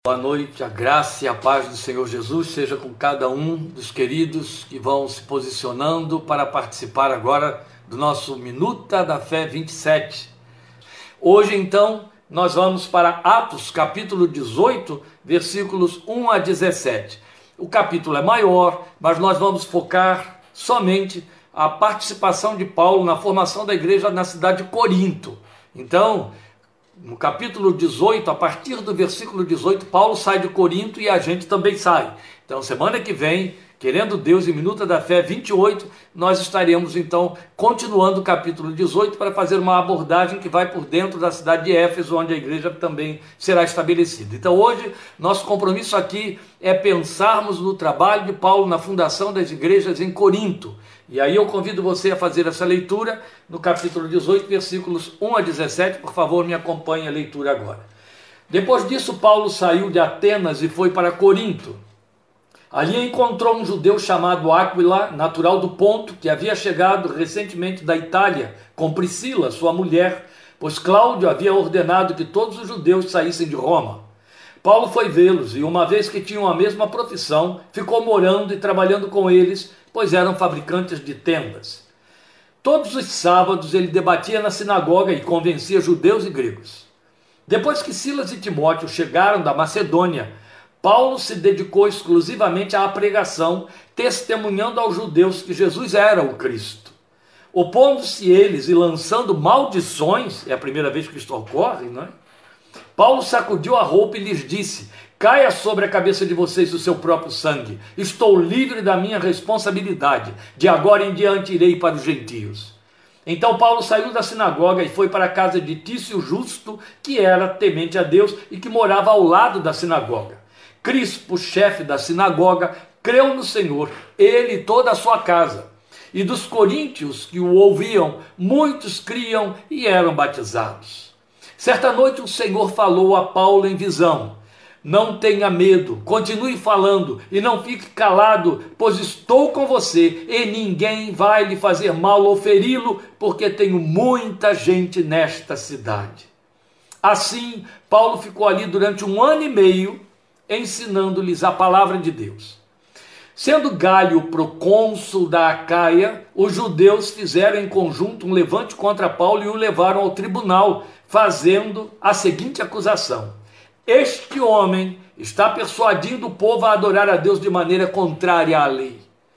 Boa noite, a graça e a paz do Senhor Jesus seja com cada um dos queridos que vão se posicionando para participar agora do nosso Minuta da Fé 27. Hoje então nós vamos para Atos capítulo 18, versículos 1 a 17. O capítulo é maior, mas nós vamos focar somente a participação de Paulo na formação da igreja na cidade de Corinto. Então, no capítulo 18, a partir do versículo 18, Paulo sai de Corinto e a gente também sai. Então, semana que vem, querendo Deus, em Minuta da Fé 28, nós estaremos então continuando o capítulo 18 para fazer uma abordagem que vai por dentro da cidade de Éfeso, onde a igreja também será estabelecida. Então, hoje, nosso compromisso aqui é pensarmos no trabalho de Paulo na fundação das igrejas em Corinto. E aí eu convido você a fazer essa leitura no capítulo 18, versículos 1 a 17. Por favor, me acompanhe a leitura agora. Depois disso, Paulo saiu de Atenas e foi para Corinto. Ali encontrou um judeu chamado Áquila, natural do Ponto, que havia chegado recentemente da Itália, com Priscila, sua mulher, pois Cláudio havia ordenado que todos os judeus saíssem de Roma. Paulo foi vê-los e, uma vez que tinham a mesma profissão, ficou morando e trabalhando com eles, pois eram fabricantes de tendas. Todos os sábados ele debatia na sinagoga e convencia judeus e gregos. Depois que Silas e Timóteo chegaram da Macedônia, Paulo se dedicou exclusivamente à pregação, testemunhando aos judeus que Jesus era o Cristo. Opondo-se eles e lançando maldições, é a primeira vez que isto ocorre, não é? Paulo sacudiu a roupa e lhes disse: caia sobre a cabeça de vocês o seu próprio sangue. Estou livre da minha responsabilidade. De agora em diante irei para os gentios. Então Paulo saiu da sinagoga e foi para a casa de Tício Justo, que era temente a Deus e que morava ao lado da sinagoga. Crispo, chefe da sinagoga, creu no Senhor, ele e toda a sua casa. E dos coríntios que o ouviam, muitos criam e eram batizados. Certa noite o Senhor falou a Paulo em visão: não tenha medo, continue falando e não fique calado, pois estou com você e ninguém vai lhe fazer mal ou feri-lo, porque tenho muita gente nesta cidade. Assim, Paulo ficou ali durante 1 ano e meio, ensinando-lhes a palavra de Deus. Sendo Galho o procônsul da Acaia, os judeus fizeram em conjunto um levante contra Paulo e o levaram ao tribunal, fazendo a seguinte acusação: este homem está persuadindo o povo a adorar a Deus de maneira contrária à lei.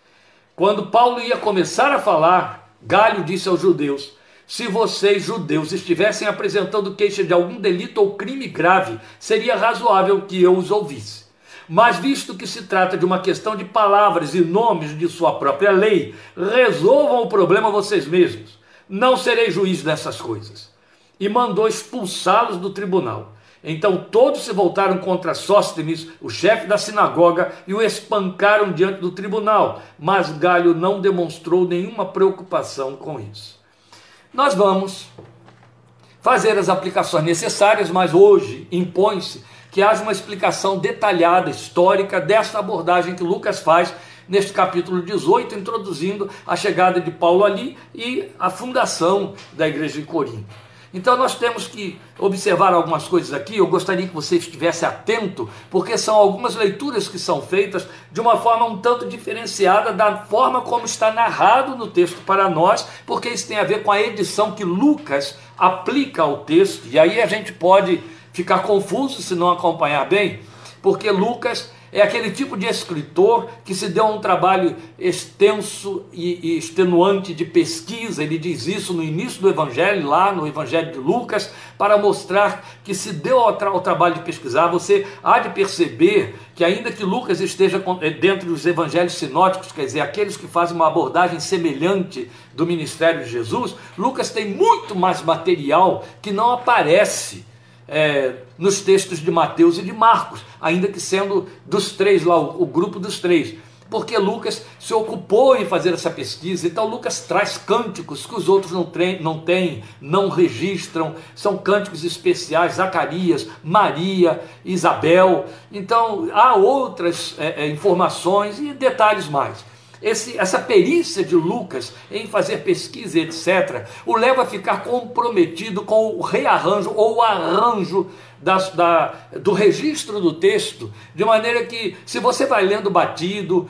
Quando Paulo ia começar a falar, Galho disse aos judeus: se vocês, judeus, estivessem apresentando queixa de algum delito ou crime grave, seria razoável que eu os ouvisse. Mas visto que se trata de uma questão de palavras e nomes de sua própria lei, resolvam o problema vocês mesmos. Não serei juiz dessas coisas. E mandou expulsá-los do tribunal. Então todos se voltaram contra Sóstenes, o chefe da sinagoga, e o espancaram diante do tribunal. Mas Galho não demonstrou nenhuma preocupação com isso. Nós vamos fazer as aplicações necessárias, mas hoje impõe-se que haja uma explicação detalhada, histórica, desta abordagem que Lucas faz neste capítulo 18, introduzindo a chegada de Paulo ali e a fundação da igreja em Corinto. Então nós temos que observar algumas coisas aqui. Eu gostaria que você estivesse atento, porque são algumas leituras que são feitas de uma forma um tanto diferenciada da forma como está narrado no texto para nós, porque isso tem a ver com a edição que Lucas aplica ao texto, e aí a gente pode ficar confuso se não acompanhar bem, porque Lucas é aquele tipo de escritor que se deu um trabalho extenso e extenuante de pesquisa. Ele diz isso no início do Evangelho, lá no Evangelho de Lucas, para mostrar que se deu ao trabalho de pesquisar. Você há de perceber que, ainda que Lucas esteja dentro dos evangelhos sinóticos, quer dizer, aqueles que fazem uma abordagem semelhante do ministério de Jesus, Lucas tem muito mais material que não aparece nos textos de Mateus e de Marcos, ainda que sendo dos três lá, o grupo dos três, porque Lucas se ocupou em fazer essa pesquisa. Então Lucas traz cânticos que os outros não têm, não registram, são cânticos especiais, Zacarias, Maria, Isabel. Então há outras informações e detalhes mais. Essa perícia de Lucas em fazer pesquisa, etc., o leva a ficar comprometido com o rearranjo ou o arranjo do registro do texto, de maneira que, se você vai lendo batido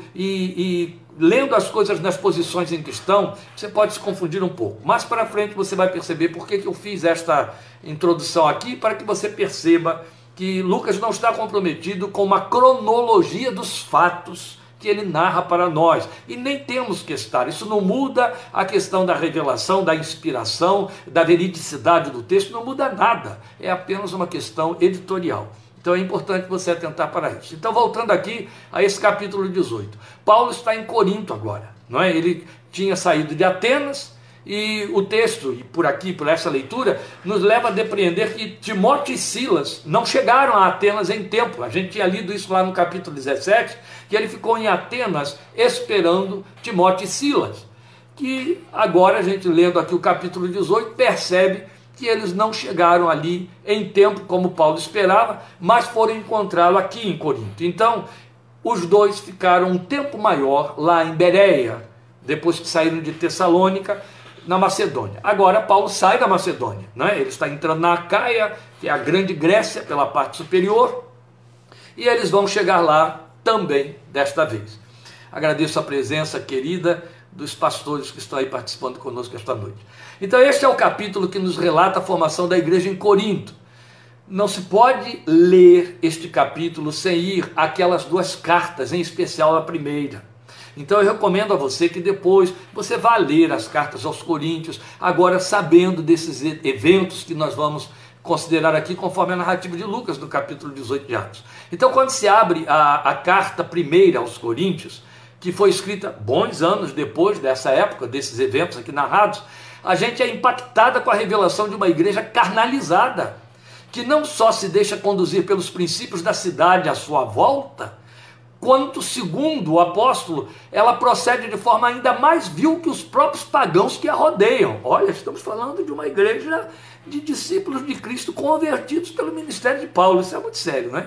e lendo as coisas nas posições em que estão, você pode se confundir um pouco. Mais para frente você vai perceber por que eu fiz esta introdução aqui, para que você perceba que Lucas não está comprometido com uma cronologia dos fatos que ele narra para nós, e nem temos que estar. Isso não muda a questão da revelação, da inspiração, da veridicidade do texto, não muda nada, é apenas uma questão editorial. Então é importante você atentar para isso. Então, voltando aqui a esse capítulo 18, Paulo está em Corinto agora, não é? Ele tinha saído de Atenas, e o texto, e por aqui, por essa leitura, nos leva a depreender que Timóteo e Silas não chegaram a Atenas em tempo. A gente tinha lido isso lá no capítulo 17, que ele ficou em Atenas esperando Timóteo e Silas, que agora a gente lendo aqui o capítulo 18, percebe que eles não chegaram ali em tempo como Paulo esperava, mas foram encontrá-lo aqui em Corinto. Então, os dois ficaram um tempo maior lá em Bereia, depois que saíram de Tessalônica, na Macedônia. Agora Paulo sai da Macedônia, né? Ele está entrando na Acaia, que é a grande Grécia, pela parte superior, e eles vão chegar lá também desta vez. Agradeço a presença querida dos pastores que estão aí participando conosco esta noite. Então este é o capítulo que nos relata a formação da igreja em Corinto. Não se pode ler este capítulo sem ir àquelas duas cartas, em especial a primeira. Então eu recomendo a você que depois você vá ler as cartas aos Coríntios, agora sabendo desses eventos que nós vamos considerar aqui, conforme a narrativa de Lucas, no capítulo 18 de Atos. Então, quando se abre a carta primeira aos Coríntios, que foi escrita bons anos depois dessa época, desses eventos aqui narrados, a gente é impactada com a revelação de uma igreja carnalizada, que não só se deixa conduzir pelos princípios da cidade à sua volta, quanto, segundo o apóstolo, ela procede de forma ainda mais vil que os próprios pagãos que a rodeiam. Olha, estamos falando de uma igreja de discípulos de Cristo convertidos pelo ministério de Paulo. Isso é muito sério, né?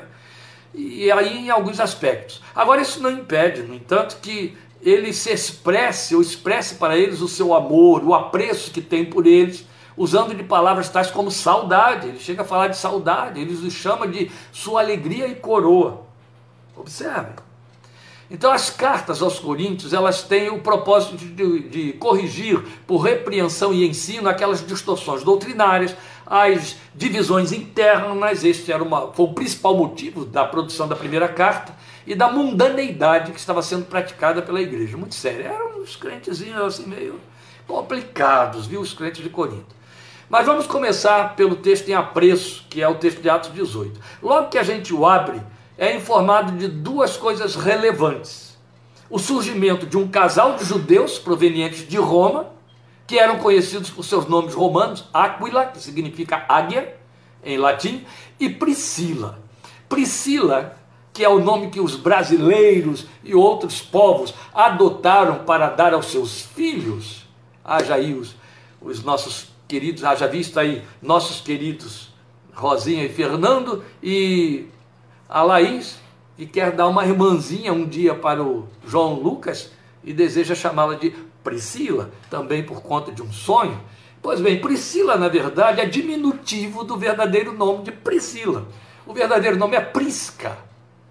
E aí em alguns aspectos. Agora, isso não impede, no entanto, que ele se expresse, ou expresse para eles o seu amor, o apreço que tem por eles, usando de palavras tais como saudade. Ele chega a falar de saudade, ele os chama de sua alegria e coroa. Observe. Então as cartas aos Coríntios, elas têm o propósito de corrigir por repreensão e ensino aquelas distorções doutrinárias, as divisões internas. Este foi o principal motivo da produção da primeira carta, e da mundaneidade que estava sendo praticada pela igreja. Muito sério, eram uns crentezinhos assim meio complicados, viu, os crentes de Corinto. Mas vamos começar pelo texto em apreço, que é o texto de Atos 18. Logo que a gente o abre, é informado de duas coisas relevantes: o surgimento de um casal de judeus provenientes de Roma, que eram conhecidos por seus nomes romanos, Áquila, que significa águia em latim, e Priscila. Priscila, que é o nome que os brasileiros e outros povos adotaram para dar aos seus filhos. Haja aí os nossos queridos, haja visto aí nossos queridos Rosinha e Fernando, e a Laís, que quer dar uma irmãzinha um dia para o João Lucas e deseja chamá-la de Priscila, também por conta de um sonho. Pois bem, Priscila, na verdade, é diminutivo do verdadeiro nome de Priscila. O verdadeiro nome é Prisca.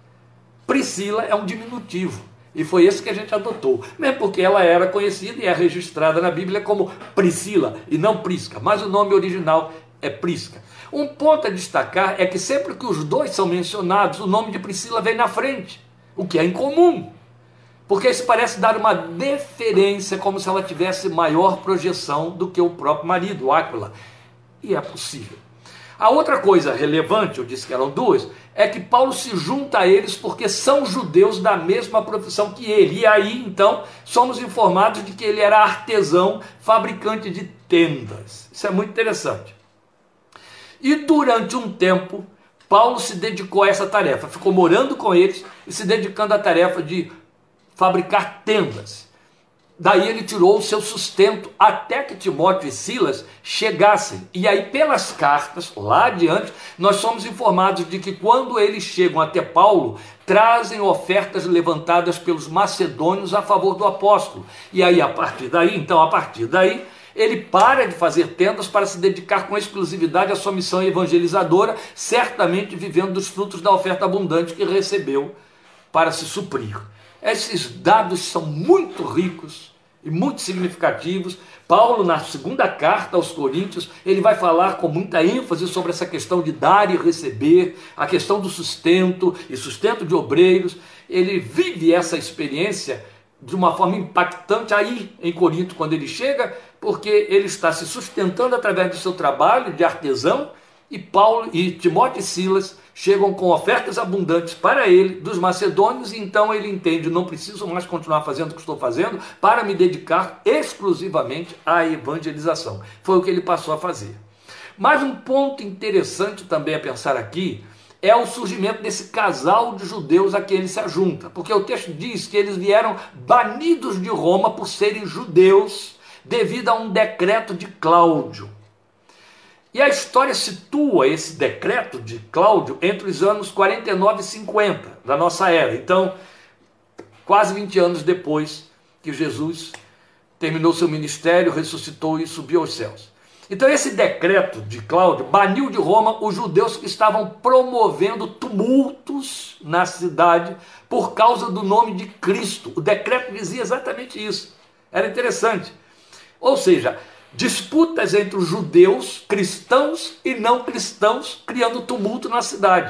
Priscila é um diminutivo, e foi esse que a gente adotou, mesmo porque ela era conhecida e é registrada na Bíblia como Priscila e não Prisca, mas o nome original é Prisca. Um ponto a destacar é que sempre que os dois são mencionados, o nome de Priscila vem na frente, o que é incomum, porque isso parece dar uma deferência, como se ela tivesse maior projeção do que o próprio marido, Áquila, e é possível. A outra coisa relevante, eu disse que eram duas, é que Paulo se junta a eles porque são judeus da mesma profissão que ele, e aí então somos informados de que ele era artesão, fabricante de tendas. Isso é muito interessante. E durante um tempo, Paulo se dedicou a essa tarefa, ficou morando com eles e se dedicando à tarefa de fabricar tendas. Daí ele tirou o seu sustento até que Timóteo e Silas chegassem. E aí, pelas cartas, lá adiante, nós somos informados de que quando eles chegam até Paulo, trazem ofertas levantadas pelos macedônios a favor do apóstolo. E aí, a partir daí, ele para de fazer tendas para se dedicar com exclusividade à sua missão evangelizadora, certamente vivendo dos frutos da oferta abundante que recebeu para se suprir. Esses dados são muito ricos e muito significativos. Paulo, na segunda carta aos Coríntios, ele vai falar com muita ênfase sobre essa questão de dar e receber, a questão do sustento e sustento de obreiros. Ele vive essa experiência de uma forma impactante aí em Corinto, quando ele chega, porque ele está se sustentando através do seu trabalho de artesão, e Paulo e Timóteo e Silas chegam com ofertas abundantes para ele, dos macedônios, e então ele entende: não preciso mais continuar fazendo o que estou fazendo para me dedicar exclusivamente à evangelização. Foi o que ele passou a fazer. Mas um ponto interessante também a pensar aqui é o surgimento desse casal de judeus a quem ele se ajunta, porque o texto diz que eles vieram banidos de Roma por serem judeus devido a um decreto de Cláudio. E a história situa esse decreto de Cláudio entre os anos 49 e 50 da nossa era. Então, quase 20 anos depois que Jesus terminou seu ministério, ressuscitou e subiu aos céus. Então esse decreto de Cláudio baniu de Roma os judeus que estavam promovendo tumultos na cidade por causa do nome de Cristo. O decreto dizia exatamente isso. Era interessante. Ou seja, disputas entre os judeus, cristãos e não cristãos, criando tumulto na cidade.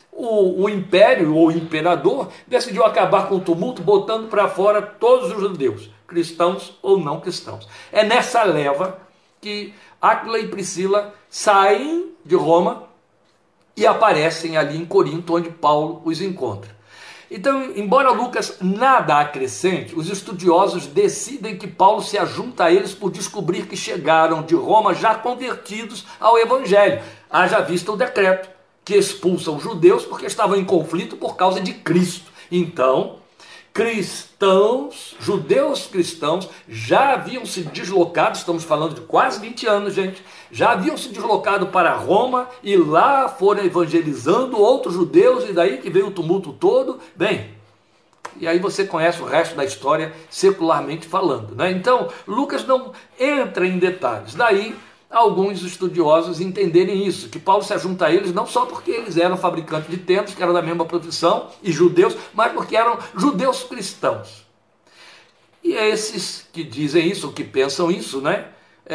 O império ou o imperador decidiu acabar com o tumulto, botando para fora todos os judeus, cristãos ou não cristãos. É nessa leva que Áquila e Priscila saem de Roma e aparecem ali em Corinto, onde Paulo os encontra. Então, embora Lucas nada acrescente, os estudiosos decidem que Paulo se ajunta a eles por descobrir que chegaram de Roma já convertidos ao Evangelho, haja vista o decreto que expulsa os judeus porque estavam em conflito por causa de Cristo. Então, cristãos, judeus cristãos, já haviam se deslocado, estamos falando de quase 20 anos, gente, já haviam se deslocado para Roma e lá foram evangelizando outros judeus, e daí que veio o tumulto todo. Bem, e aí você conhece o resto da história secularmente falando, né? Então, Lucas não entra em detalhes. Daí, alguns estudiosos entenderem isso, que Paulo se ajunta a eles não só porque eles eram fabricantes de tendas, que eram da mesma profissão, e judeus, mas porque eram judeus cristãos. E esses que dizem isso, que pensam isso, né,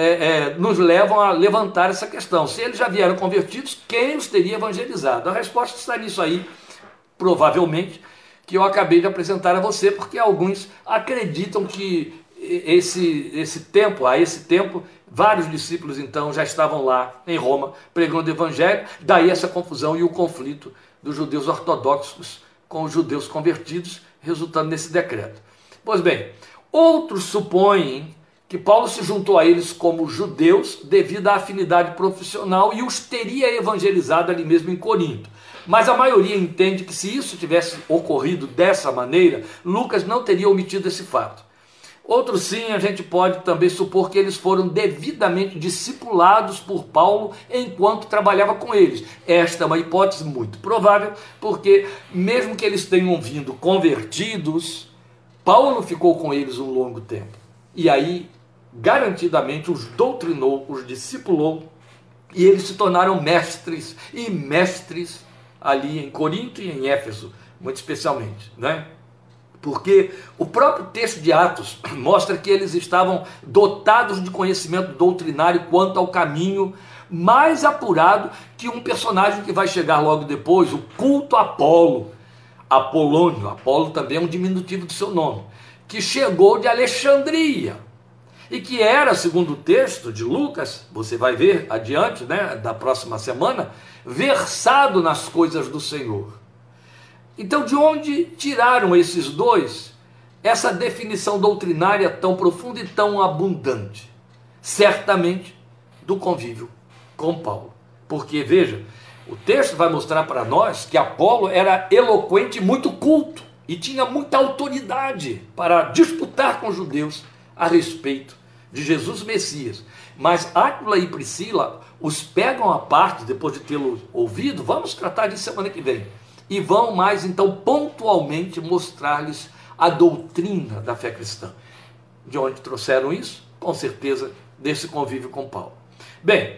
nos levam a levantar essa questão. Se eles já vieram convertidos, quem os teria evangelizado? A resposta está nisso aí, provavelmente, que eu acabei de apresentar a você, porque alguns acreditam que a esse tempo, vários discípulos então já estavam lá em Roma pregando o evangelho, daí essa confusão e o conflito dos judeus ortodoxos com os judeus convertidos, resultando nesse decreto. Pois bem, outros supõem que Paulo se juntou a eles como judeus devido à afinidade profissional e os teria evangelizado ali mesmo em Corinto. Mas a maioria entende que se isso tivesse ocorrido dessa maneira, Lucas não teria omitido esse fato. Outros sim, a gente pode também supor que eles foram devidamente discipulados por Paulo enquanto trabalhava com eles. Esta é uma hipótese muito provável, porque mesmo que eles tenham vindo convertidos, Paulo ficou com eles um longo tempo. E aí, garantidamente, os doutrinou, os discipulou, e eles se tornaram mestres e mestres ali em Corinto e em Éfeso, muito especialmente, né? Porque o próprio texto de Atos mostra que eles estavam dotados de conhecimento doutrinário quanto ao caminho mais apurado que um personagem que vai chegar logo depois, o culto a Apolo, Apolônio. Apolo também é um diminutivo do seu nome, que chegou de Alexandria e que era, segundo o texto de Lucas, você vai ver adiante, né, da próxima semana, versado nas coisas do Senhor. Então, de onde tiraram esses dois essa definição doutrinária tão profunda e tão abundante? Certamente do convívio com Paulo. Porque, veja, o texto vai mostrar para nós que Apolo era eloquente e muito culto, e tinha muita autoridade para disputar com os judeus a respeito de Jesus Messias. Mas Áquila e Priscila os pegam à parte, depois de tê-lo ouvido. Vamos tratar disso semana que vem. E vão mais, então, pontualmente mostrar-lhes a doutrina da fé cristã. De onde trouxeram isso? Com certeza desse convívio com Paulo. Bem,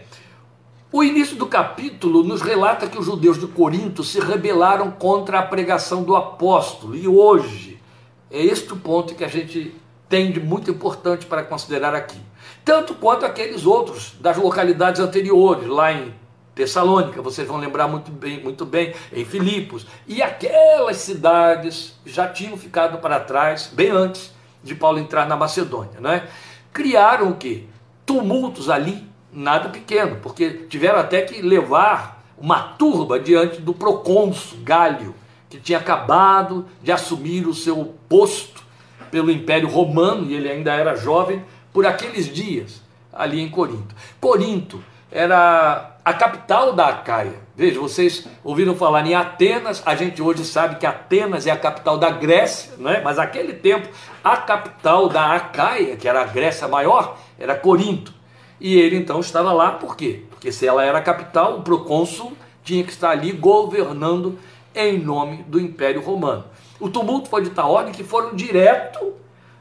o início do capítulo nos relata que os judeus de Corinto se rebelaram contra a pregação do apóstolo. E hoje é este o ponto que a gente tem de muito importante para considerar aqui. Tanto quanto aqueles outros das localidades anteriores, lá em Tessalônica, vocês vão lembrar muito bem, em Filipos. E aquelas cidades já tinham ficado para trás, bem antes de Paulo entrar na Macedônia, né? Criaram o quê? Tumultos ali, nada pequeno, porque tiveram até que levar uma turba diante do procônsul Gálio, que tinha acabado de assumir o seu posto pelo Império Romano, e ele ainda era jovem, por aqueles dias, ali em Corinto. Corinto era a capital da Acaia. Veja, vocês ouviram falar em Atenas, a gente hoje sabe que Atenas é a capital da Grécia, né? Mas naquele tempo, a capital da Acaia, que era a Grécia maior, era Corinto. E ele então estava lá, por quê? Porque se ela era a capital, o procônsul tinha que estar ali governando em nome do Império Romano. O tumulto foi de tal ordem que foram direto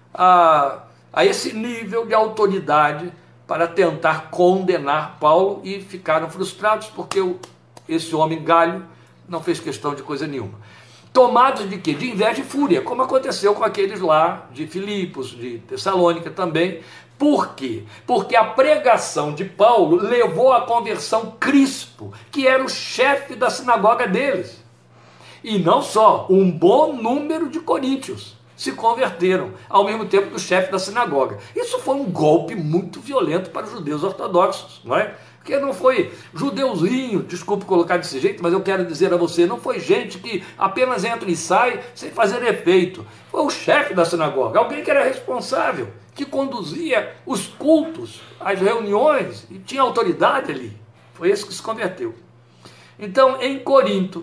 a esse nível de autoridade para tentar condenar Paulo, e ficaram frustrados porque esse homem Gálio não fez questão de coisa nenhuma. Tomados de quê? De inveja e fúria, como aconteceu com aqueles lá de Filipos, de Tessalônica também. Por quê? Porque a pregação de Paulo levou à conversão Crispo, que era o chefe da sinagoga deles. E não só, um bom número de coríntios se converteram, ao mesmo tempo que o chefe da sinagoga. Isso foi um golpe muito violento para os judeus ortodoxos, não é? Porque não foi judeuzinho, desculpe colocar desse jeito, mas eu quero dizer a você, não foi gente que apenas entra e sai sem fazer efeito. Foi o chefe da sinagoga, alguém que era responsável, que conduzia os cultos, as reuniões, e tinha autoridade ali. Foi esse que se converteu. Então, em Corinto,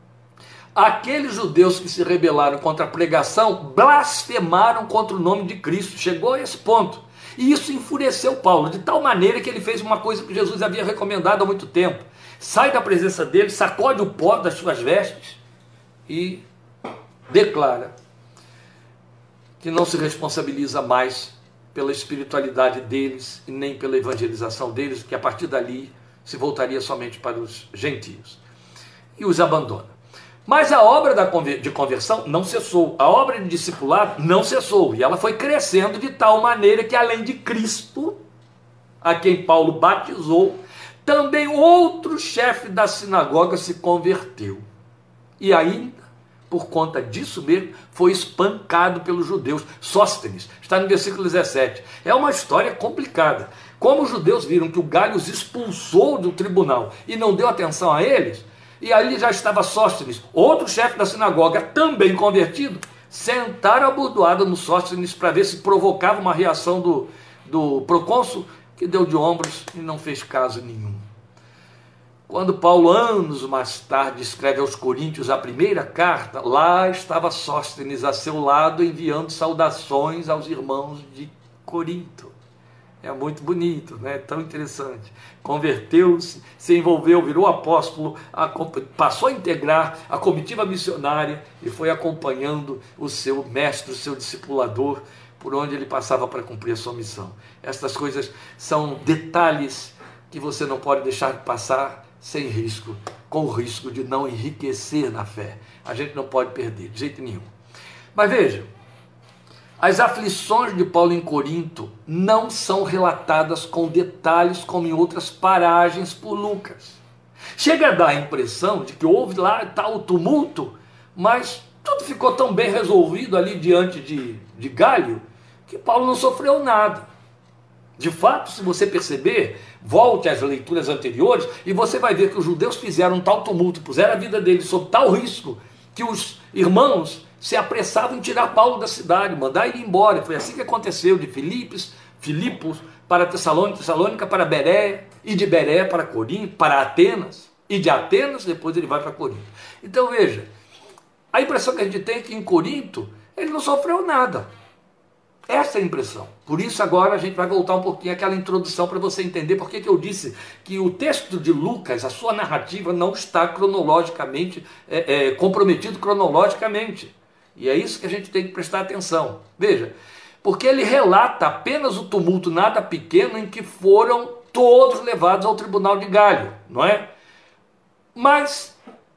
aqueles judeus que se rebelaram contra a pregação blasfemaram contra o nome de Cristo. Chegou a esse ponto. E isso enfureceu Paulo, de tal maneira que ele fez uma coisa que Jesus havia recomendado há muito tempo. Sai da presença dele, sacode o pó das suas vestes e declara que não se responsabiliza mais pela espiritualidade deles e nem pela evangelização deles, que a partir dali se voltaria somente para os gentios. E os abandona. Mas a obra de conversão não cessou, a obra de discipulado não cessou, e ela foi crescendo de tal maneira que, além de Cristo, a quem Paulo batizou, também outro chefe da sinagoga se converteu. E ainda, por conta disso mesmo, foi espancado pelos judeus. Sóstenes, está no versículo 17. É uma história complicada. Como os judeus viram que o Gálio os expulsou do tribunal e não deu atenção a eles, e ali já estava Sóstenes, outro chefe da sinagoga, também convertido, sentaram a bordoada no Sóstenes para ver se provocava uma reação do procônsul, que deu de ombros e não fez caso nenhum. Quando Paulo, anos mais tarde, escreve aos Coríntios a primeira carta, lá estava Sóstenes a seu lado, enviando saudações aos irmãos de Corinto. É muito bonito, né? Tão interessante. Converteu-se, se envolveu, virou apóstolo, passou a integrar a comitiva missionária e foi acompanhando o seu mestre, o seu discipulador, por onde ele passava para cumprir a sua missão. Estas coisas são detalhes que você não pode deixar de passar sem risco, com o risco de não enriquecer na fé. A gente não pode perder, de jeito nenhum. Mas veja, as aflições de Paulo em Corinto não são relatadas com detalhes como em outras paragens por Lucas. Chega a dar a impressão de que houve lá tal tumulto, mas tudo ficou tão bem resolvido ali diante de Gálio, que Paulo não sofreu nada. De fato, se você perceber, volte às leituras anteriores e você vai ver que os judeus fizeram um tal tumulto, puseram a vida deles sob tal risco, que os irmãos se apressavam em tirar Paulo da cidade, mandar ele embora. Foi assim que aconteceu, de Filipos para Tessalônica para Bereia, e de Bereia para Corinto, para Atenas, e de Atenas depois ele vai para Corinto. Então veja, a impressão que a gente tem é que em Corinto ele não sofreu nada. Essa é a impressão. Por isso agora a gente vai voltar um pouquinho àquela introdução para você entender por que eu disse que o texto de Lucas, a sua narrativa, não está cronologicamente, comprometido cronologicamente. E é isso que a gente tem que prestar atenção. Veja, porque ele relata apenas o tumulto nada pequeno em que foram todos levados ao tribunal de Galho, não é? Mas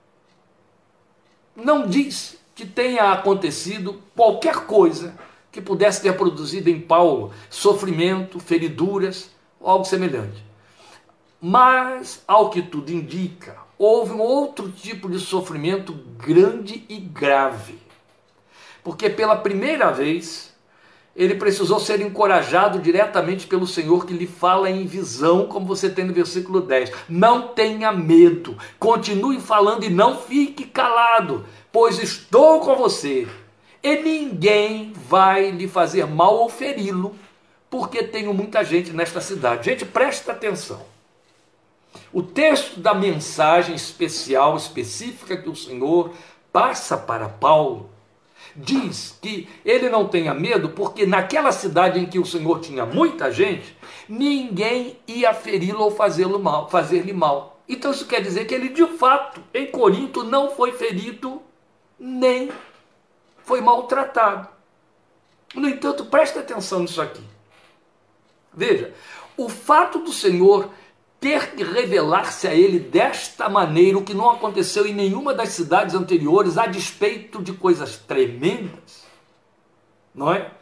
não diz que tenha acontecido qualquer coisa que pudesse ter produzido em Paulo sofrimento, feriduras ou algo semelhante. Mas, ao que tudo indica, houve um outro tipo de sofrimento grande e grave. Porque pela primeira vez, ele precisou ser encorajado diretamente pelo Senhor, que lhe fala em visão, como você tem no versículo 10. Não tenha medo, continue falando e não fique calado, pois estou com você, e ninguém vai lhe fazer mal ou feri-lo, porque tenho muita gente nesta cidade. Gente, presta atenção. O texto da mensagem especial, específica que o Senhor passa para Paulo, diz que ele não tenha medo, porque naquela cidade em que o Senhor tinha muita gente, ninguém ia feri-lo ou fazer-lhe mal. Então isso quer dizer que ele de fato, em Corinto, não foi ferido, nem foi maltratado. No entanto, presta atenção nisso aqui. Veja, o fato do Senhor ter que revelar-se a ele desta maneira, o que não aconteceu em nenhuma das cidades anteriores, a despeito de coisas tremendas, não é?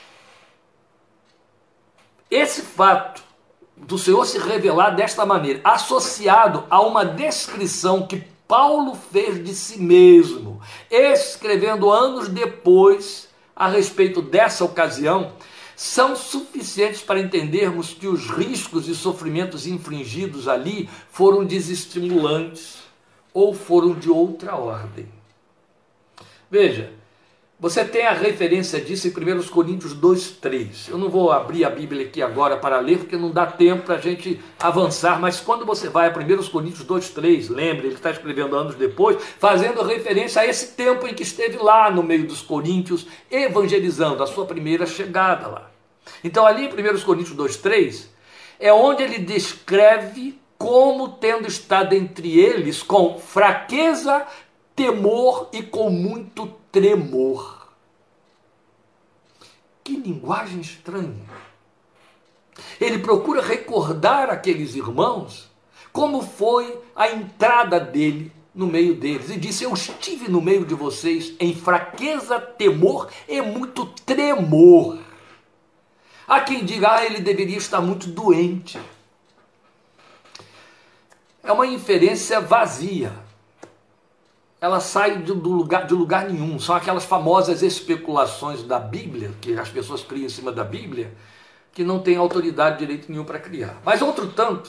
Esse fato do Senhor se revelar desta maneira, associado a uma descrição que Paulo fez de si mesmo, escrevendo anos depois a respeito dessa ocasião, são suficientes para entendermos que os riscos e sofrimentos infligidos ali foram desestimulantes ou foram de outra ordem. Veja, você tem a referência disso em 1 Coríntios 2,3. Eu não vou abrir a Bíblia aqui agora para ler, porque não dá tempo para a gente avançar, mas quando você vai a 1 Coríntios 2,3, lembre, ele está escrevendo anos depois, fazendo referência a esse tempo em que esteve lá no meio dos coríntios, evangelizando, a sua primeira chegada lá. Então ali em 1 Coríntios 2,3, é onde ele descreve como tendo estado entre eles com fraqueza, temor e com muito tremor. Que linguagem estranha. Ele procura recordar aqueles irmãos como foi a entrada dele no meio deles. E disse: eu estive no meio de vocês em fraqueza, temor e muito tremor. Há quem diga: ele deveria estar muito doente. É uma inferência vazia. Ela sai de lugar nenhum. São aquelas famosas especulações da Bíblia, que as pessoas criam em cima da Bíblia, que não tem autoridade, direito nenhum para criar. Mas, outro tanto,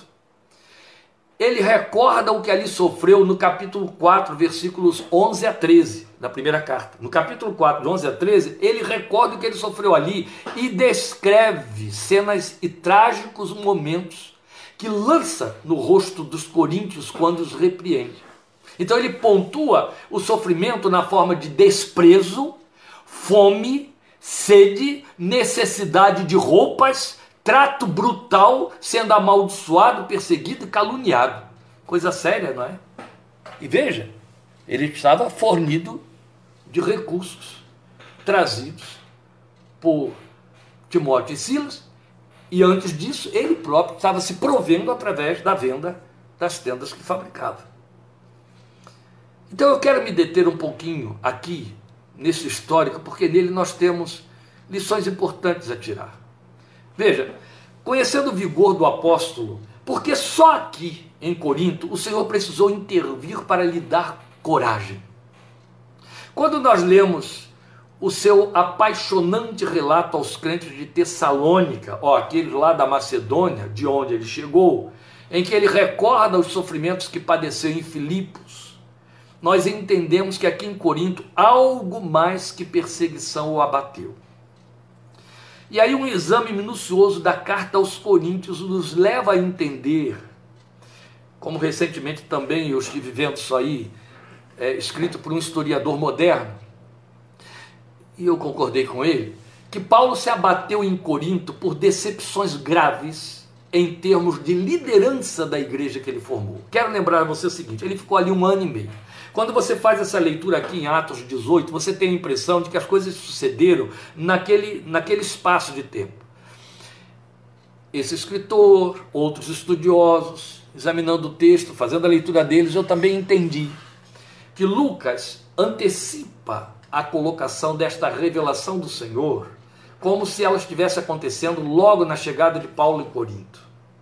ele recorda o que ali sofreu no capítulo 4, versículos 11 a 13, da primeira carta. No capítulo 4, de 11 a 13, ele recorda o que ele sofreu ali e descreve cenas e trágicos momentos que lança no rosto dos coríntios quando os repreende. Então ele pontua o sofrimento na forma de desprezo, fome, sede, necessidade de roupas, trato brutal, sendo amaldiçoado, perseguido e caluniado. Coisa séria, não é? E veja, ele estava fornido de recursos trazidos por Timóteo e Silas, e antes disso ele próprio estava se provendo através da venda das tendas que fabricava. Então eu quero me deter um pouquinho aqui, nesse histórico, porque nele nós temos lições importantes a tirar. Veja, conhecendo o vigor do apóstolo, porque só aqui em Corinto o Senhor precisou intervir para lhe dar coragem. Quando nós lemos o seu apaixonante relato aos crentes de Tessalônica, aqueles lá da Macedônia, de onde ele chegou, em que ele recorda os sofrimentos que padeceu em Filipos, nós entendemos que aqui em Corinto algo mais que perseguição o abateu. E aí um exame minucioso da carta aos Coríntios nos leva a entender, como recentemente também eu estive vendo isso aí, escrito por um historiador moderno, e eu concordei com ele, que Paulo se abateu em Corinto por decepções graves em termos de liderança da igreja que ele formou. Quero lembrar a você o seguinte: ele ficou ali 1 ano e meio. Quando você faz essa leitura aqui em Atos 18, você tem a impressão de que as coisas sucederam naquele espaço de tempo. Esse escritor, outros estudiosos, examinando o texto, fazendo a leitura deles, eu também entendi que Lucas antecipa a colocação desta revelação do Senhor como se ela estivesse acontecendo logo na chegada de Paulo em Corinto.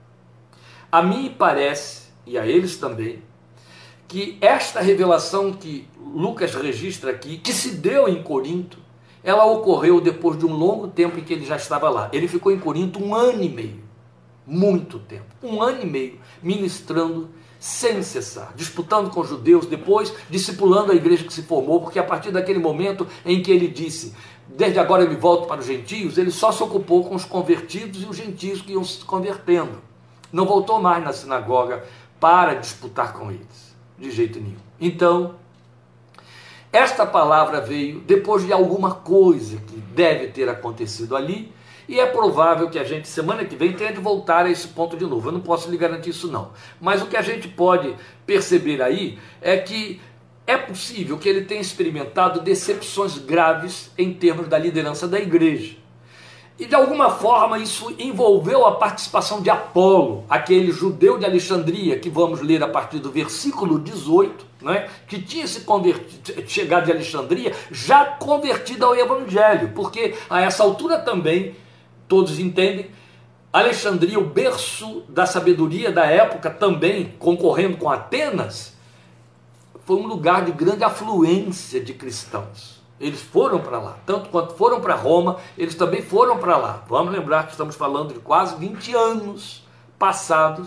A mim parece, e a eles também, que esta revelação que Lucas registra aqui, que se deu em Corinto, ela ocorreu depois de um longo tempo em que ele já estava lá. Ele ficou em Corinto 1 ano e meio, muito tempo, 1 ano e meio, ministrando sem cessar, disputando com os judeus, depois discipulando a igreja que se formou, porque a partir daquele momento em que ele disse, desde agora eu me volto para os gentios, ele só se ocupou com os convertidos e os gentios que iam se convertendo. Não voltou mais na sinagoga para disputar com eles, de jeito nenhum. Então, esta palavra veio depois de alguma coisa que deve ter acontecido ali, e é provável que a gente, semana que vem, tenha de voltar a esse ponto de novo. Eu não posso lhe garantir isso não. Mas o que a gente pode perceber aí é que é possível que ele tenha experimentado decepções graves em termos da liderança da igreja. E de alguma forma isso envolveu a participação de Apolo, aquele judeu de Alexandria, que vamos ler a partir do versículo 18, né, que tinha se chegado de Alexandria já convertido ao evangelho, porque a essa altura também, todos entendem, Alexandria, o berço da sabedoria da época, também concorrendo com Atenas, foi um lugar de grande afluência de cristãos. Eles foram para lá, tanto quanto foram para Roma, eles também foram para lá. Vamos lembrar que estamos falando de quase 20 anos passados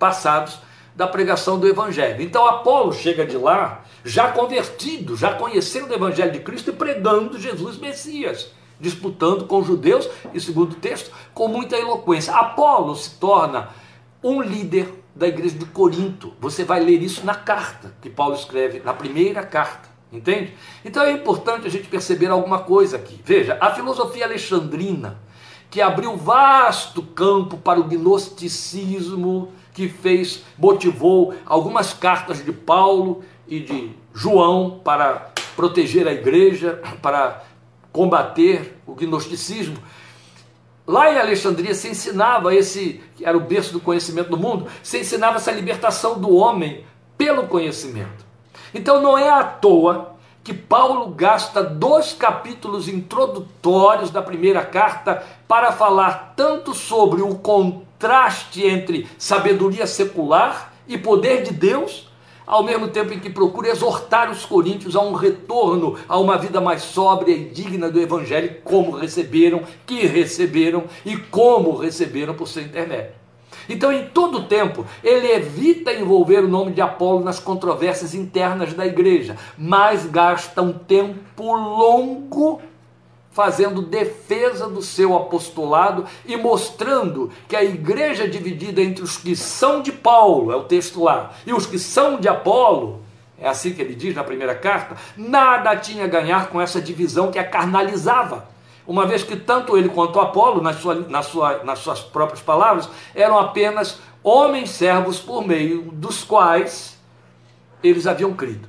da pregação do Evangelho. Então Apolo chega de lá, já convertido, já conhecendo o Evangelho de Cristo e pregando Jesus Messias, disputando com os judeus, e segundo o texto, com muita eloquência. Apolo se torna um líder da igreja de Corinto. Você vai ler isso na carta que Paulo escreve, na primeira carta. Entende? Então é importante a gente perceber alguma coisa aqui. Veja, a filosofia alexandrina, que abriu vasto campo para o gnosticismo, que motivou algumas cartas de Paulo e de João para proteger a igreja, para combater o gnosticismo. Lá em Alexandria se ensinava que era o berço do conhecimento do mundo, se ensinava essa libertação do homem pelo conhecimento. Então não é à toa que Paulo gasta 2 capítulos introdutórios da primeira carta para falar tanto sobre o contraste entre sabedoria secular e poder de Deus, ao mesmo tempo em que procura exortar os coríntios a um retorno a uma vida mais sóbria e digna do evangelho, como receberam, que receberam e como receberam por seu intermédio. Então, em todo o tempo, ele evita envolver o nome de Apolo nas controvérsias internas da igreja, mas gasta um tempo longo fazendo defesa do seu apostolado e mostrando que a igreja é dividida entre os que são de Paulo, é o texto lá, e os que são de Apolo, é assim que ele diz na primeira carta, nada tinha a ganhar com essa divisão que a carnalizava. Uma vez que tanto ele quanto Apolo, nas suas próprias palavras, eram apenas homens servos por meio dos quais eles haviam crido.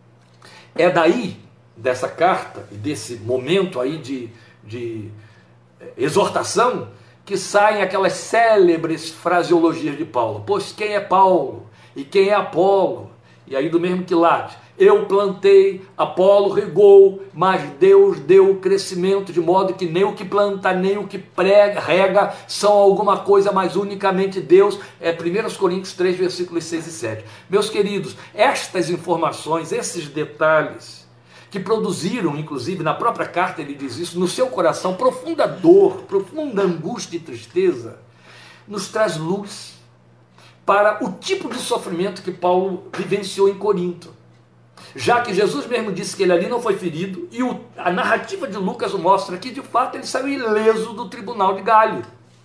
É daí, dessa carta, e desse momento aí de exortação, que saem aquelas célebres fraseologias de Paulo. Pois quem é Paulo e quem é Apolo? E aí do mesmo quilate. Eu plantei, Apolo regou, mas Deus deu o crescimento, de modo que nem o que planta, nem o que rega são alguma coisa, mas unicamente Deus. É 1 Coríntios 3, versículos 6 e 7. Meus queridos, estas informações, esses detalhes, que produziram, inclusive na própria carta ele diz isso, no seu coração, profunda dor, profunda angústia e tristeza, nos traz luz para o tipo de sofrimento que Paulo vivenciou em Corinto. Já que Jesus mesmo disse que ele ali não foi ferido, e a narrativa de Lucas mostra que de fato ele saiu ileso do tribunal de Galho,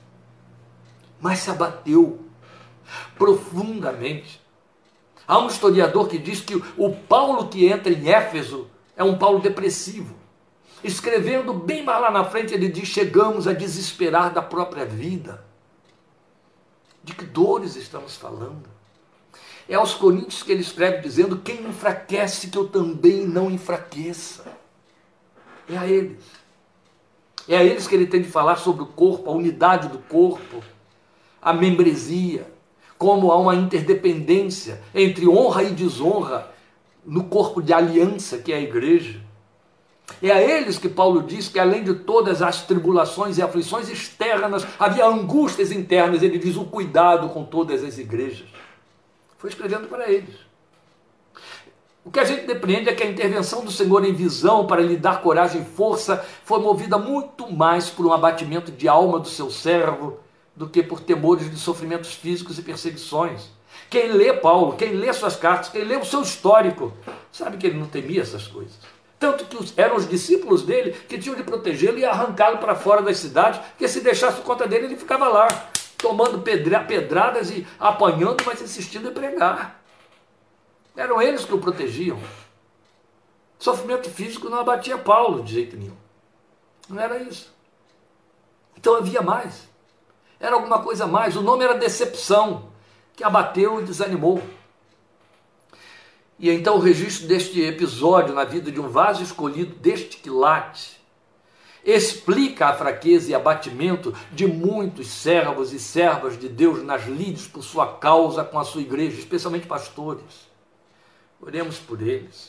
mas se abateu profundamente. Há um historiador que diz que o Paulo que entra em Éfeso é um Paulo depressivo. Escrevendo bem mais lá na frente, ele diz: chegamos a desesperar da própria vida. De que dores estamos falando? É aos Coríntios que ele escreve dizendo: quem enfraquece, que eu também não enfraqueça. É a eles. É a eles que ele tem de falar sobre o corpo, a unidade do corpo, a membresia, como há uma interdependência entre honra e desonra no corpo de aliança que é a igreja. É a eles que Paulo diz que, além de todas as tribulações e aflições externas, havia angústias internas. Ele diz: o cuidado com todas as igrejas. Foi escrevendo para eles. O que a gente depreende é que a intervenção do Senhor em visão para lhe dar coragem e força foi movida muito mais por um abatimento de alma do seu servo do que por temores de sofrimentos físicos e perseguições. Quem lê Paulo, quem lê suas cartas, quem lê o seu histórico, sabe que ele não temia essas coisas. Tanto que eram os discípulos dele que tinham de protegê-lo e arrancá-lo para fora das cidades, porque se deixasse por conta dele, ele ficava lá, tomando pedradas e apanhando, mas insistindo em pregar. Eram eles que o protegiam. Sofrimento físico não abatia Paulo de jeito nenhum. Não era isso. Então havia mais. Era alguma coisa a mais. O nome era decepção, que abateu e desanimou. E então o registro deste episódio na vida de um vaso escolhido, deste quilate, explica a fraqueza e abatimento de muitos servos e servas de Deus nas lides por sua causa com a sua igreja, especialmente pastores. Oremos por eles.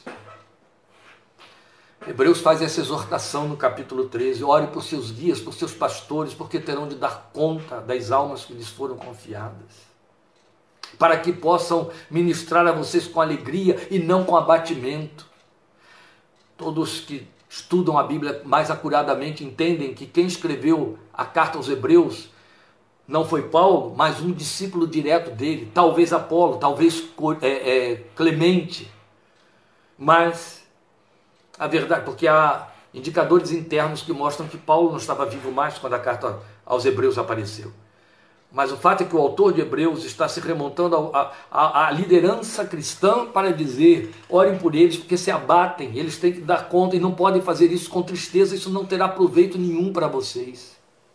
Hebreus faz essa exortação no capítulo 13. Ore por seus guias, por seus pastores, porque terão de dar conta das almas que lhes foram confiadas, para que possam ministrar a vocês com alegria e não com abatimento. Todos que estudam a Bíblia mais acuradamente entendem que quem escreveu a carta aos Hebreus não foi Paulo, mas um discípulo direto dele, talvez Apolo, talvez Clemente. Mas a verdade, porque há indicadores internos que mostram que Paulo não estava vivo mais quando a carta aos Hebreus apareceu. Mas o fato é que o autor de Hebreus está se remontando à liderança cristã para dizer: orem por eles, porque se abatem, eles têm que dar conta e não podem fazer isso com tristeza, isso não terá proveito nenhum para vocês.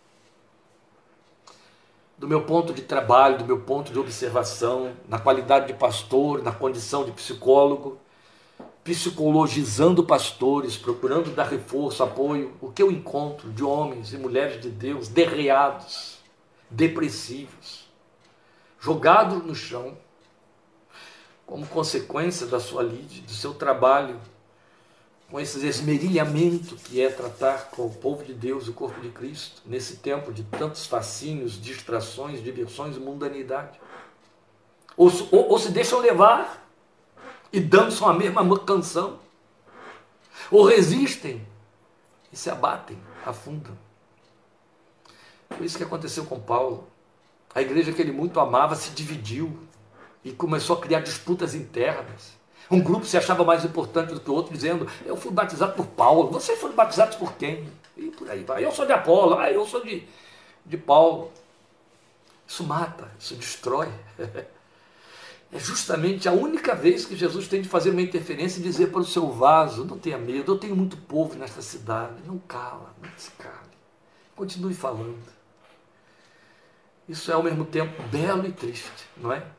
Do meu ponto de trabalho, do meu ponto de observação, na qualidade de pastor, na condição de psicólogo, psicologizando pastores, procurando dar reforço, apoio, o que eu encontro de homens e mulheres de Deus derreados, depressivos, jogados no chão, como consequência da sua lide, do seu trabalho, com esse esmerilhamento que é tratar com o povo de Deus, o corpo de Cristo, nesse tempo de tantos fascínios, distrações, diversões e mundanidade. Ou se deixam levar e dançam a mesma canção, ou resistem e se abatem, afundam. Foi isso que aconteceu com Paulo. A igreja que ele muito amava se dividiu e começou a criar disputas internas. Um grupo se achava mais importante do que o outro, dizendo: eu fui batizado por Paulo, vocês foram batizados por quem? E por aí vai. Eu sou de Apolo, eu sou de Paulo. Isso mata, isso destrói. É justamente a única vez que Jesus tem de fazer uma interferência e dizer para o seu vaso: não tenha medo, eu tenho muito povo nesta cidade, não cala, não se cale, continue falando. Isso é ao mesmo tempo belo e triste, não é?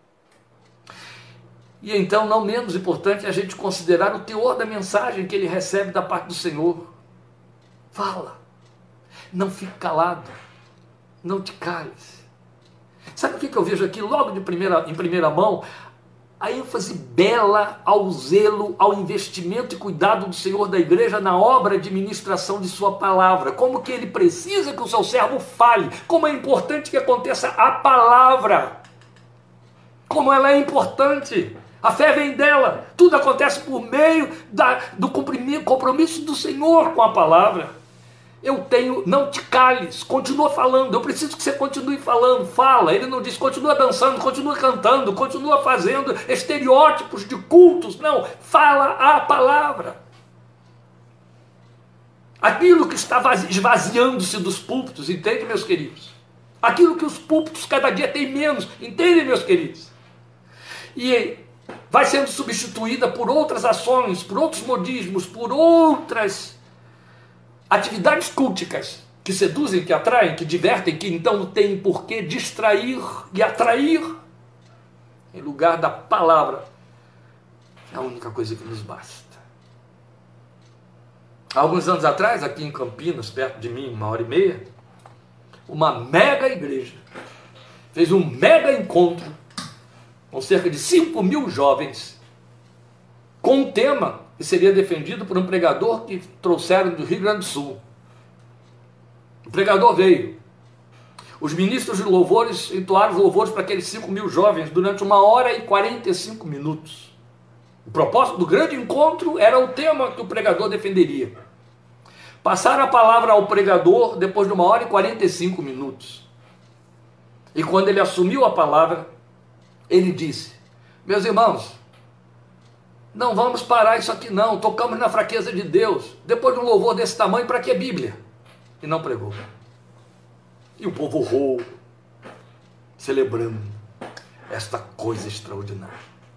E então, não menos importante, é a gente considerar o teor da mensagem que ele recebe da parte do Senhor. Fala, não fique calado, não te cales. Sabe o que eu vejo aqui logo em primeira mão? A ênfase bela ao zelo, ao investimento e cuidado do Senhor da igreja na obra de ministração de sua palavra. Como que ele precisa que o seu servo fale, como é importante que aconteça a palavra, como ela é importante. A fé vem dela, tudo acontece por meio do compromisso do Senhor com a palavra. Não te cales, continua falando, eu preciso que você continue falando, fala. Ele não diz continua dançando, continua cantando, continua fazendo estereótipos de cultos, não, fala a palavra. Aquilo que está esvaziando-se dos púlpitos, entende, meus queridos? Aquilo que os púlpitos cada dia têm menos, entende, meus queridos? E vai sendo substituída por outras ações, por outros modismos, por outras atividades culticas que seduzem, que atraem, que divertem, que então tem por que distrair e atrair. em lugar da palavra, é a única coisa que nos basta. Há alguns anos atrás, aqui em Campinas, perto de mim, 1h30, uma mega igreja fez um mega encontro com cerca de 5.000 jovens, com um tema que seria defendido por um pregador que trouxeram do Rio Grande do Sul. O pregador veio. Os ministros de louvores entoaram os louvores para aqueles 5.000 jovens durante 1h45 minutos. O propósito do grande encontro era o tema que o pregador defenderia. Passaram a palavra ao pregador depois de 1h45 minutos. E quando ele assumiu a palavra, ele disse: meus irmãos, não vamos parar isso aqui não, tocamos na fraqueza de Deus. Depois de um louvor desse tamanho, para que Bíblia? E não pregou. E o povo urrou, celebrando esta coisa extraordinária.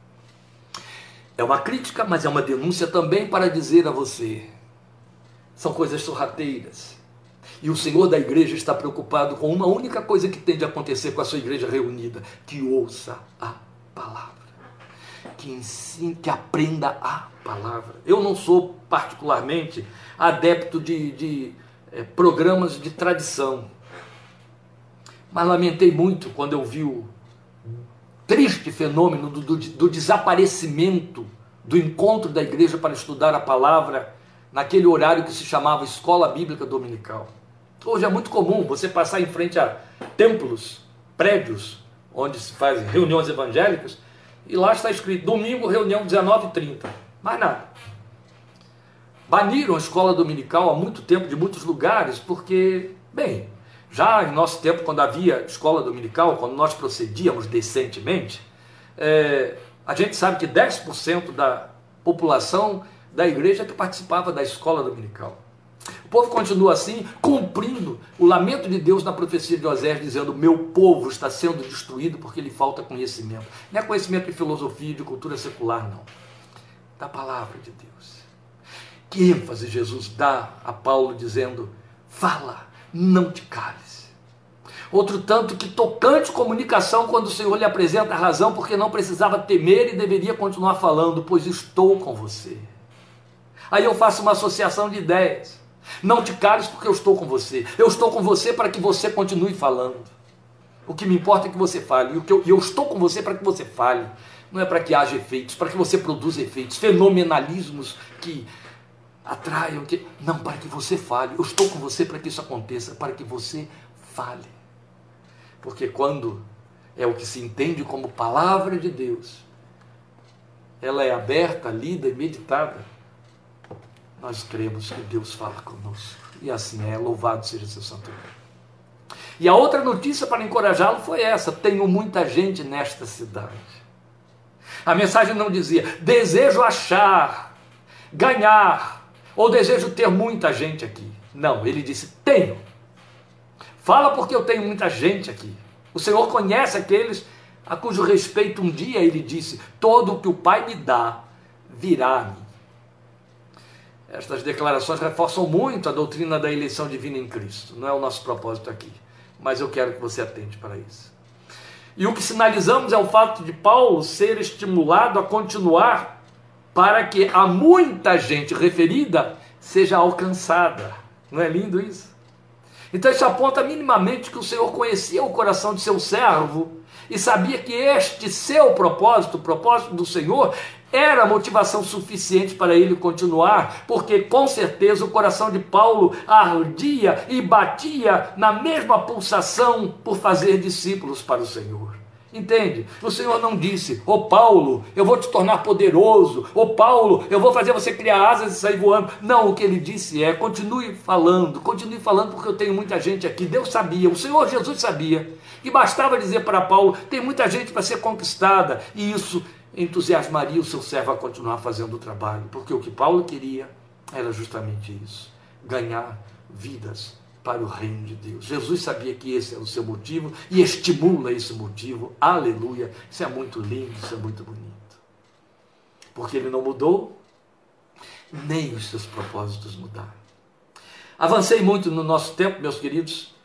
É uma crítica, mas é uma denúncia também para dizer a você: são coisas sorrateiras. E o Senhor da igreja está preocupado com uma única coisa que tem de acontecer com a sua igreja reunida: que ouça a palavra, que ensine, que aprenda a palavra. Eu não sou particularmente adepto de programas de tradição, mas lamentei muito quando eu vi o triste fenômeno do desaparecimento do encontro da igreja para estudar a palavra naquele horário que se chamava Escola Bíblica Dominical. Hoje é muito comum você passar em frente a templos, prédios, onde se fazem reuniões evangélicas, e lá está escrito: domingo, reunião 19h30. Mais nada. Baniram a escola dominical há muito tempo de muitos lugares, porque, bem, já em nosso tempo, quando havia escola dominical, quando nós procedíamos decentemente, a gente sabe que 10% da população da igreja que participava da escola dominical. O povo continua assim, cumprindo o lamento de Deus na profecia de Osés, dizendo: meu povo está sendo destruído porque lhe falta conhecimento. Não é conhecimento de filosofia, de cultura secular, não. Da palavra de Deus. Que ênfase Jesus dá a Paulo dizendo: fala, não te cales. Outro tanto que tocante comunicação quando o Senhor lhe apresenta a razão porque não precisava temer e deveria continuar falando: pois estou com você. Aí eu faço uma associação de ideias. Não te cales porque eu estou com você. Eu estou com você para que você continue falando. O que me importa é que você fale. E eu estou com você para que você fale. Não é para que haja efeitos, para que você produza efeitos, fenomenalismos que atraiam. Não, para que você fale. Eu estou com você para que isso aconteça, para que você fale. Porque quando é o que se entende como palavra de Deus, ela é aberta, lida e meditada, nós cremos que Deus fala conosco. E assim é, louvado seja seu santo nome. E a outra notícia para encorajá-lo foi essa: tenho muita gente nesta cidade. A mensagem não dizia: desejo achar, ganhar, ou desejo ter muita gente aqui. Não, ele disse: tenho. Fala porque eu tenho muita gente aqui. O Senhor conhece aqueles a cujo respeito um dia ele disse: todo o que o Pai me dá virá a mim. Estas declarações reforçam muito a doutrina da eleição divina em Cristo. Não é o nosso propósito aqui, mas eu quero que você atente para isso. E o que sinalizamos é o fato de Paulo ser estimulado a continuar para que a muita gente referida seja alcançada. Não é lindo isso? Então isso aponta minimamente que o Senhor conhecia o coração de seu servo e sabia que este seu propósito, o propósito do Senhor, era motivação suficiente para ele continuar, porque com certeza o coração de Paulo ardia e batia na mesma pulsação por fazer discípulos para o Senhor. Entende? O Senhor não disse: ô Paulo, eu vou te tornar poderoso, ô Paulo, eu vou fazer você criar asas e sair voando. Não, o que ele disse é: continue falando porque eu tenho muita gente aqui. Deus sabia, o Senhor Jesus sabia, que bastava dizer para Paulo: tem muita gente para ser conquistada, e isso entusiasmaria o seu servo a continuar fazendo o trabalho, porque o que Paulo queria era justamente isso: ganhar vidas para o reino de Deus. Jesus sabia que esse era o seu motivo e estimula esse motivo. Aleluia! Isso é muito lindo, isso é muito bonito. Porque ele não mudou, nem os seus propósitos mudaram. Avancei muito no nosso tempo, meus queridos,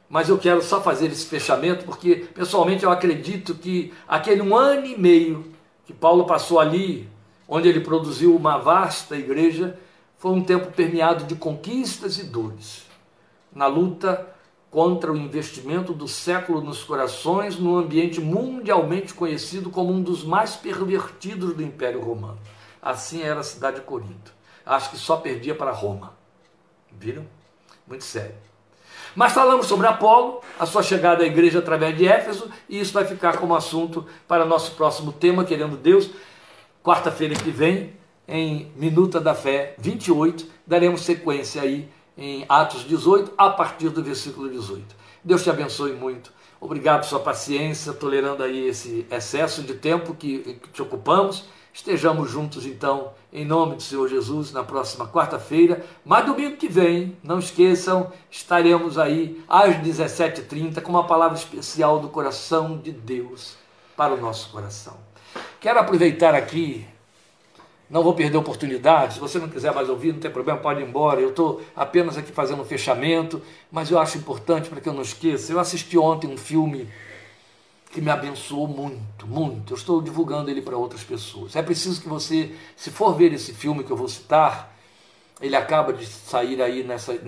mas eu quero só fazer esse fechamento, porque pessoalmente eu acredito que aquele 1 ano e meio que Paulo passou ali, onde ele produziu uma vasta igreja, foi um tempo permeado de conquistas e dores, na luta contra o investimento do século nos corações, num ambiente mundialmente conhecido como um dos mais pervertidos do Império Romano. Assim era a cidade de Corinto. Acho que só perdia para Roma. Viram? Muito sério. Mas falamos sobre Apolo, a sua chegada à igreja através de Éfeso, e isso vai ficar como assunto para nosso próximo tema, querendo Deus. Quarta-feira que vem, em Minuta da Fé 28, daremos sequência aí em Atos 18, a partir do versículo 18. Deus te abençoe muito. Obrigado por sua paciência, tolerando aí esse excesso de tempo que te ocupamos. Estejamos juntos, então, em nome do Senhor Jesus, na próxima quarta-feira. Mas domingo que vem, não esqueçam, estaremos aí às 17h30 com uma palavra especial do coração de Deus para o nosso coração. Quero aproveitar aqui, não vou perder a oportunidade, se você não quiser mais ouvir, não tem problema, pode ir embora. Eu estou apenas aqui fazendo um fechamento, mas eu acho importante para que eu não esqueça. Eu assisti ontem um filme que me abençoou muito, muito. Eu estou divulgando ele para outras pessoas. É preciso que você, se for ver esse filme que eu vou citar, ele acaba de sair aí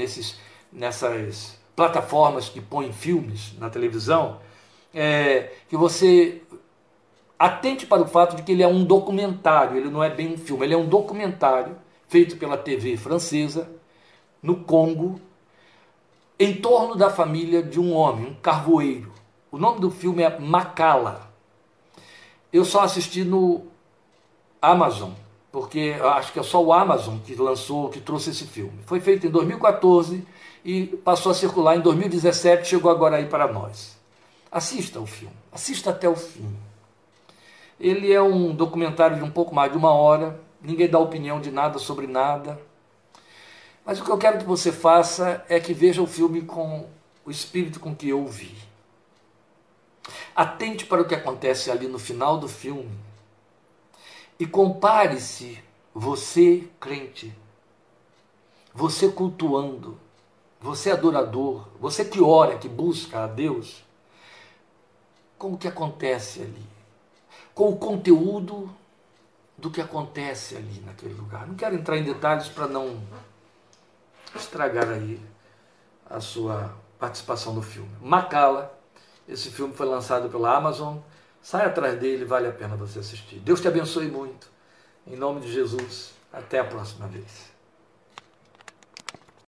nessas plataformas que põem filmes na televisão, que você atente para o fato de que ele é um documentário, ele não é bem um filme, ele é um documentário feito pela TV francesa, no Congo, em torno da família de um homem, um carvoeiro. O nome do filme é Makala. Eu só assisti no Amazon, porque eu acho que é só o Amazon que trouxe esse filme. Foi feito em 2014 e passou a circular em 2017, chegou agora aí para nós. Assista o filme, assista até o fim. Ele é um documentário de um pouco mais de 1 hora, ninguém dá opinião de nada sobre nada. Mas o que eu quero que você faça é que veja o filme com o espírito com que eu vi. Atente para o que acontece ali no final do filme e compare-se, você crente, você cultuando, você adorador, você que ora, que busca a Deus, com o que acontece ali, com o conteúdo do que acontece ali naquele lugar. Não quero entrar em detalhes para não estragar aí a sua participação no filme. Makala. Esse filme foi lançado pela Amazon. Sai atrás dele, vale a pena você assistir. Deus te abençoe muito. Em nome de Jesus. Até a próxima vez.